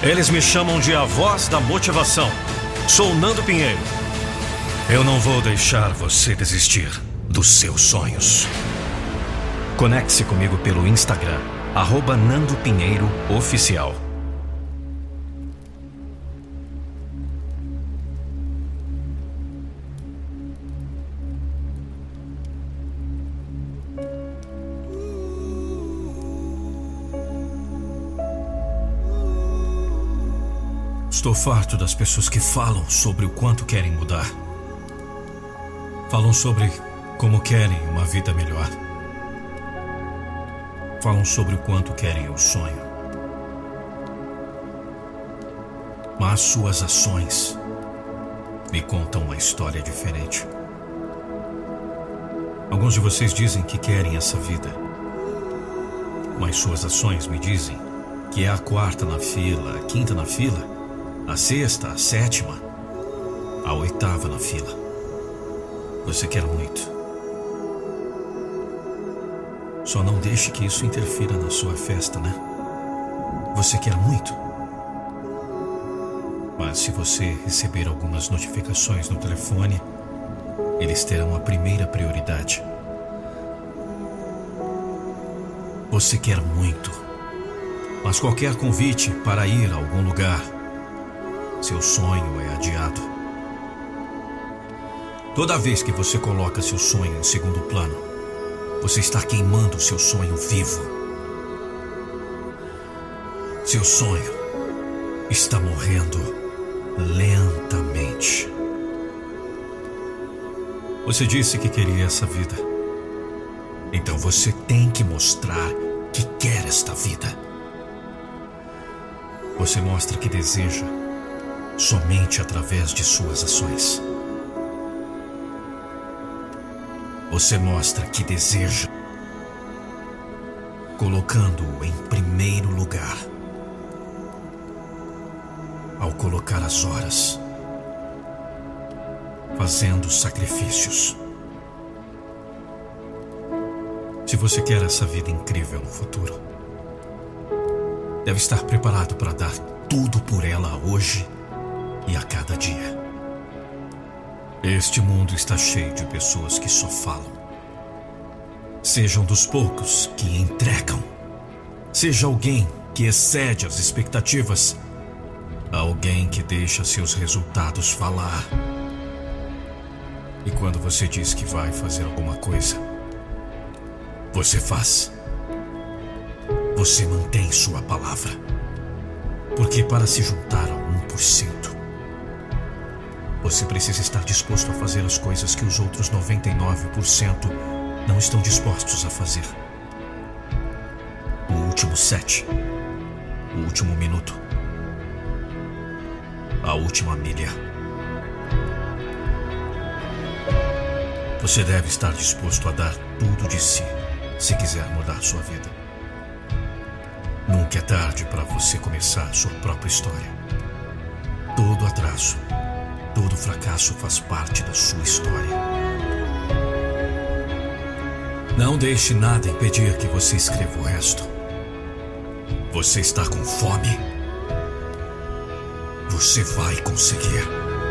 Eles me chamam de a voz da motivação. Sou Nando Pinheiro. Eu não vou deixar você desistir dos seus sonhos. Conecte-se comigo pelo Instagram, @NandoPinheiroOficial. Estou farto das pessoas que falam sobre o quanto querem mudar. Falam sobre como querem uma vida melhor. Falam sobre o quanto querem o sonho. Mas suas ações me contam uma história diferente. Alguns de vocês dizem que querem essa vida, mas suas ações me dizem que é a quarta na fila, a quinta na fila, a sexta, a sétima, a oitava na fila. Você quer muito. Só não deixe que isso interfira na sua festa, né? Você quer muito. Mas se você receber algumas notificações no telefone, eles terão a primeira prioridade. Você quer muito. Mas qualquer convite para ir a algum lugar, seu sonho é adiado. Toda vez que você coloca seu sonho em segundo plano, você está queimando seu sonho vivo. Seu sonho está morrendo lentamente. Você disse que queria essa vida. Então você tem que mostrar que quer esta vida. Você mostra que deseja somente através de suas ações. Você mostra que deseja colocando-o em primeiro lugar. Ao colocar as horas, fazendo sacrifícios. Se você quer essa vida incrível no futuro, deve estar preparado para dar tudo por ela hoje e a cada dia. Este mundo está cheio de pessoas que só falam. Sejam dos poucos que entregam. Seja alguém que excede as expectativas. Alguém que deixa seus resultados falar. E quando você diz que vai fazer alguma coisa, você faz. Você mantém sua palavra. Porque para se juntar ao 1%, você precisa estar disposto a fazer as coisas que os outros 99% não estão dispostos a fazer. O último 7, o último minuto, a última milha. Você deve estar disposto a dar tudo de si, se quiser mudar sua vida. Nunca é tarde para você começar sua própria história. Todo atraso, todo fracasso faz parte da sua história. Não deixe nada impedir que você escreva o resto. Você está com fome? Você vai conseguir.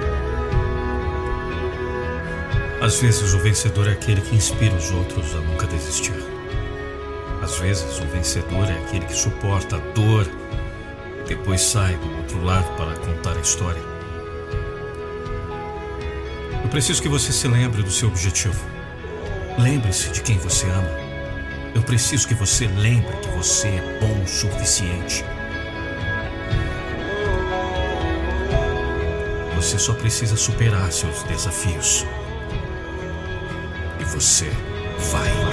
Às vezes o vencedor é aquele que inspira os outros a nunca desistir. Às vezes o vencedor é aquele que suporta a dor e depois sai do outro lado para contar a história. Eu preciso que você se lembre do seu objetivo. Lembre-se de quem você ama. Eu preciso que você lembre que você é bom o suficiente. Você só precisa superar seus desafios. E você vai.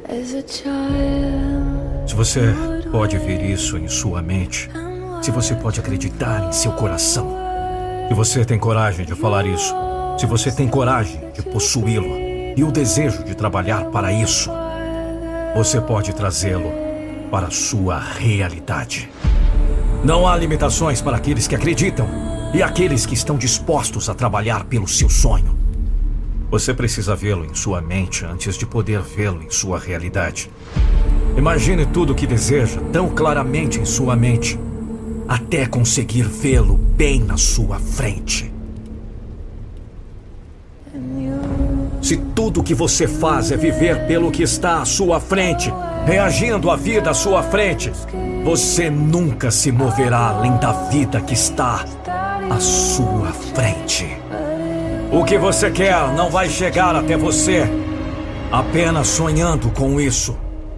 Se você pode ver isso em sua mente, se você pode acreditar em seu coração, se você tem coragem de falar isso, se você tem coragem de possuí-lo e o desejo de trabalhar para isso, você pode trazê-lo para a sua realidade. Não há limitações para aqueles que acreditam e aqueles que estão dispostos a trabalhar pelo seu sonho. Você precisa vê-lo em sua mente antes de poder vê-lo em sua realidade. Imagine tudo o que deseja tão claramente em sua mente, até conseguir vê-lo bem na sua frente. Se tudo o que você faz é viver pelo que está à sua frente, reagindo à vida à sua frente, você nunca se moverá além da vida que está à sua frente. O que você quer não vai chegar até você apenas sonhando com isso.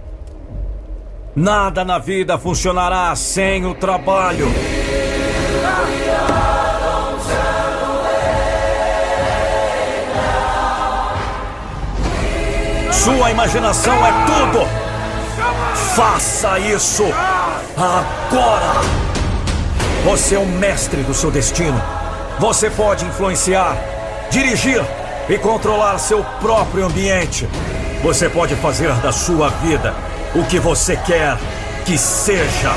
Nada na vida funcionará sem o trabalho. Sua imaginação é tudo. Faça isso agora. Você é o mestre do seu destino. Você pode influenciar, dirigir e controlar seu próprio ambiente. Você pode fazer da sua vida o que você quer que seja.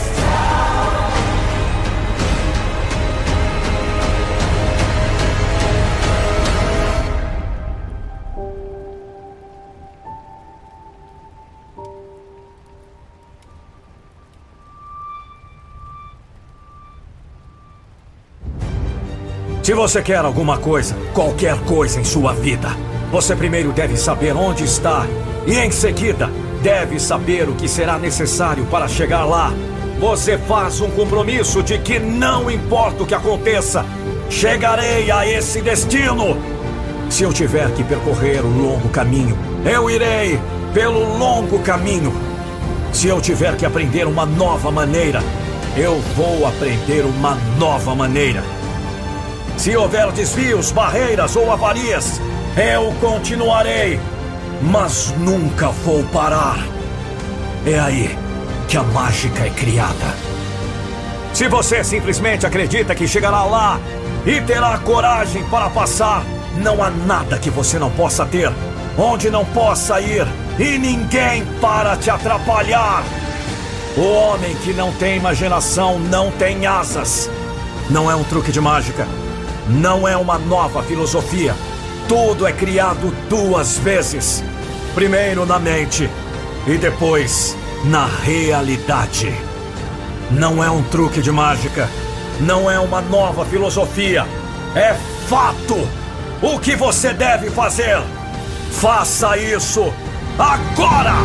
Se você quer alguma coisa, qualquer coisa em sua vida, você primeiro deve saber onde está e, em seguida, deve saber o que será necessário para chegar lá. Você faz um compromisso de que não importa o que aconteça, chegarei a esse destino. Se eu tiver que percorrer o longo caminho, eu irei pelo longo caminho. Se eu tiver que aprender uma nova maneira, eu vou aprender uma nova maneira. Se houver desvios, barreiras ou avarias, eu continuarei, mas nunca vou parar. É aí que a mágica é criada. Se você simplesmente acredita que chegará lá e terá coragem para passar, não há nada que você não possa ter, onde não possa ir, e ninguém para te atrapalhar. O homem que não tem imaginação não tem asas. Não é um truque de mágica. Não é uma nova filosofia. Tudo é criado duas vezes. Primeiro na mente e depois na realidade. Não é um truque de mágica. Não é uma nova filosofia. É fato. O que você deve fazer? Faça isso agora!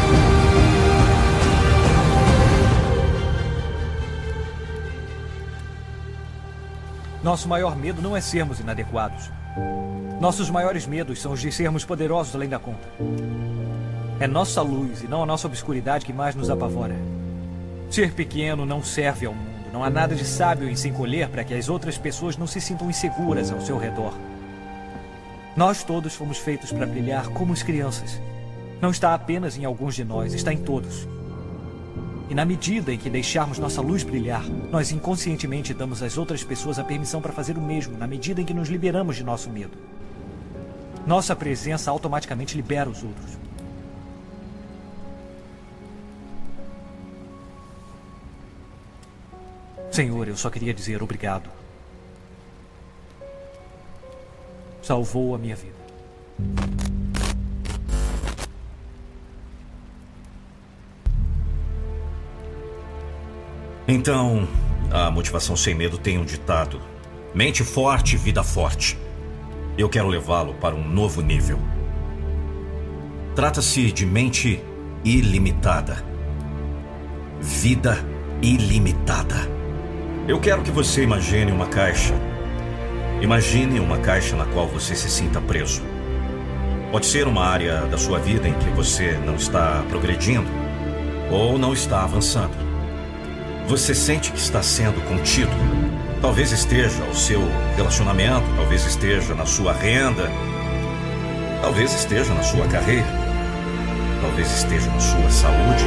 Nosso maior medo não é sermos inadequados. Nossos maiores medos são os de sermos poderosos além da conta. É nossa luz e não a nossa obscuridade que mais nos apavora. Ser pequeno não serve ao mundo. Não há nada de sábio em se encolher para que as outras pessoas não se sintam inseguras ao seu redor. Nós todos fomos feitos para brilhar como as crianças. Não está apenas em alguns de nós, está em todos. E na medida em que deixarmos nossa luz brilhar, nós inconscientemente damos às outras pessoas a permissão para fazer o mesmo, na medida em que nos liberamos de nosso medo. Nossa presença automaticamente libera os outros. Senhor, eu só queria dizer obrigado. Salvou a minha vida. Então, a motivação sem medo tem um ditado: mente forte, vida forte. Eu quero levá-lo para um novo nível. Trata-se de mente ilimitada. Vida ilimitada. Eu quero que você imagine uma caixa. Imagine uma caixa na qual você se sinta preso. Pode ser uma área da sua vida em que você não está progredindo ou não está avançando. Você sente que está sendo contido. Talvez esteja o seu relacionamento, talvez esteja na sua renda, talvez esteja na sua carreira, talvez talvez estejam sua saúde.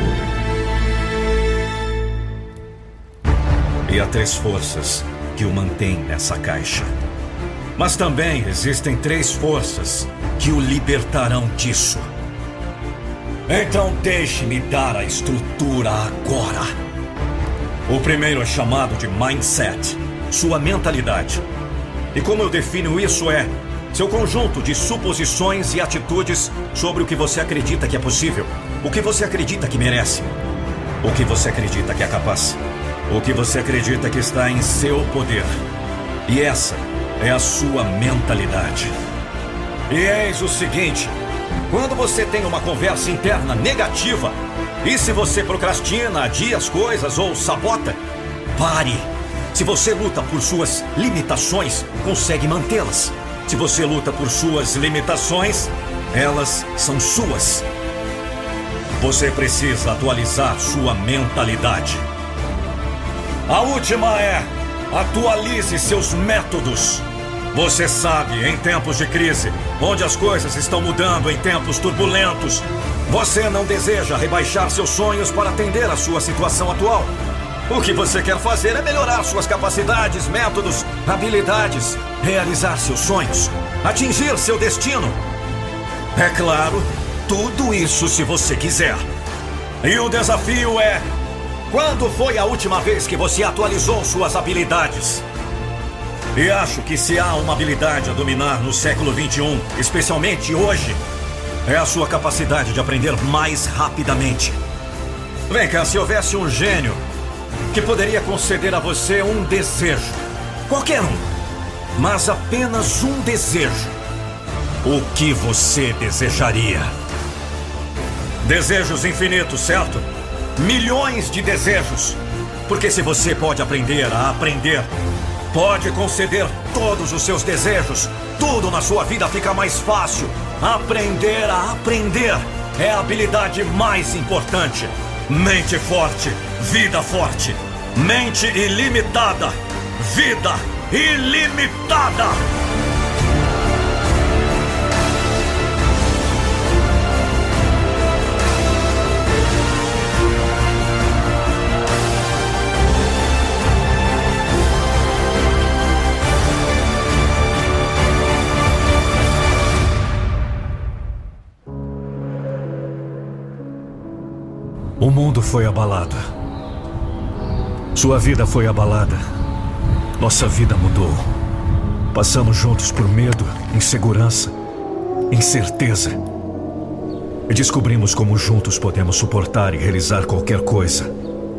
E há 3 forças que o mantêm nessa caixa. Mas também existem 3 forças que o libertarão disso. Então deixe-me dar a estrutura agora. O primeiro é chamado de mindset, sua mentalidade. E como eu defino isso é seu conjunto de suposições e atitudes sobre o que você acredita que é possível, o que você acredita que merece, o que você acredita que é capaz, o que você acredita que está em seu poder. E essa é a sua mentalidade. E eis o seguinte: quando você tem uma conversa interna negativa, e se você procrastina, adia as coisas ou sabota, pare. Se você luta por suas limitações, consegue mantê-las. Se você luta por suas limitações, elas são suas. Você precisa atualizar sua mentalidade. A última é: atualize seus métodos. Você sabe, em tempos de crise, onde as coisas estão mudando, em tempos turbulentos, você não deseja rebaixar seus sonhos para atender à sua situação atual. O que você quer fazer é melhorar suas capacidades, métodos, habilidades, realizar seus sonhos, atingir seu destino. É claro, tudo isso se você quiser. E o desafio é: quando foi a última vez que você atualizou suas habilidades? E acho que se há uma habilidade a dominar no século XXI, especialmente hoje, é a sua capacidade de aprender mais rapidamente. Vem cá, se houvesse um gênio que poderia conceder a você um desejo, qualquer um, mas apenas um desejo, o que você desejaria? Desejos infinitos, certo? Milhões de desejos. Porque se você pode aprender a aprender, pode conceder todos os seus desejos, tudo na sua vida fica mais fácil. Aprender a aprender é a habilidade mais importante. Mente forte, vida forte. Mente ilimitada, vida ilimitada. O mundo foi abalado. Sua vida foi abalada. Nossa vida mudou. Passamos juntos por medo, insegurança, incerteza. E descobrimos como juntos podemos suportar e realizar qualquer coisa.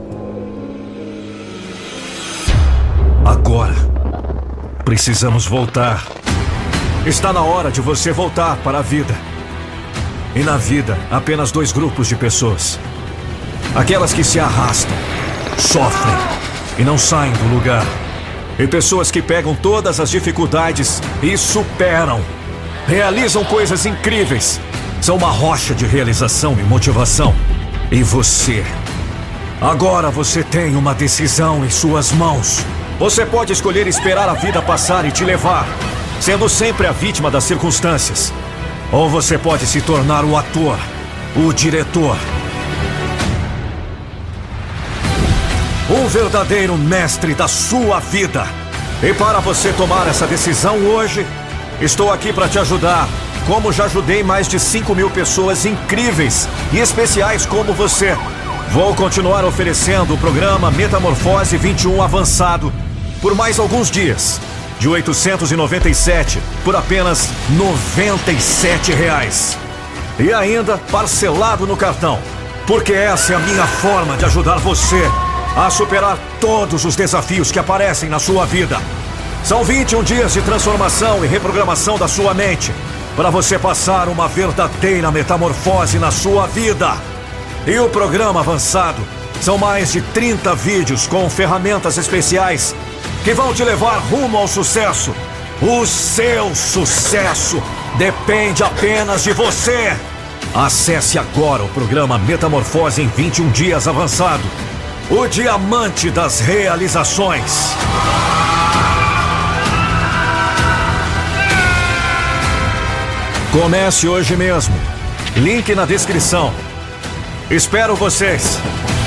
Agora, precisamos voltar. Está na hora de você voltar para a vida. E na vida, apenas 2 grupos de pessoas. Aquelas que se arrastam, sofrem e não saem do lugar. E pessoas que pegam todas as dificuldades e superam. Realizam coisas incríveis. São uma rocha de realização e motivação. E você? Agora você tem uma decisão em suas mãos. Você pode escolher esperar a vida passar e te levar, sendo sempre a vítima das circunstâncias. Ou você pode se tornar o ator, o diretor. Um verdadeiro mestre da sua vida. E para você tomar essa decisão hoje, estou aqui para te ajudar, como já ajudei mais de 5.000 pessoas incríveis e especiais como você. Vou continuar oferecendo o programa Metamorfose 21 Avançado por mais alguns dias, de R$ 897 por apenas R$ 97. E ainda parcelado no cartão, porque essa é a minha forma de ajudar você a superar todos os desafios que aparecem na sua vida. São 21 dias de transformação e reprogramação da sua mente, para você passar uma verdadeira metamorfose na sua vida. E o programa avançado são mais de 30 vídeos com ferramentas especiais que vão te levar rumo ao sucesso. O seu sucesso depende apenas de você. Acesse agora o programa Metamorfose em 21 dias avançado. O diamante das realizações. Comece hoje mesmo. Link na descrição. Espero vocês!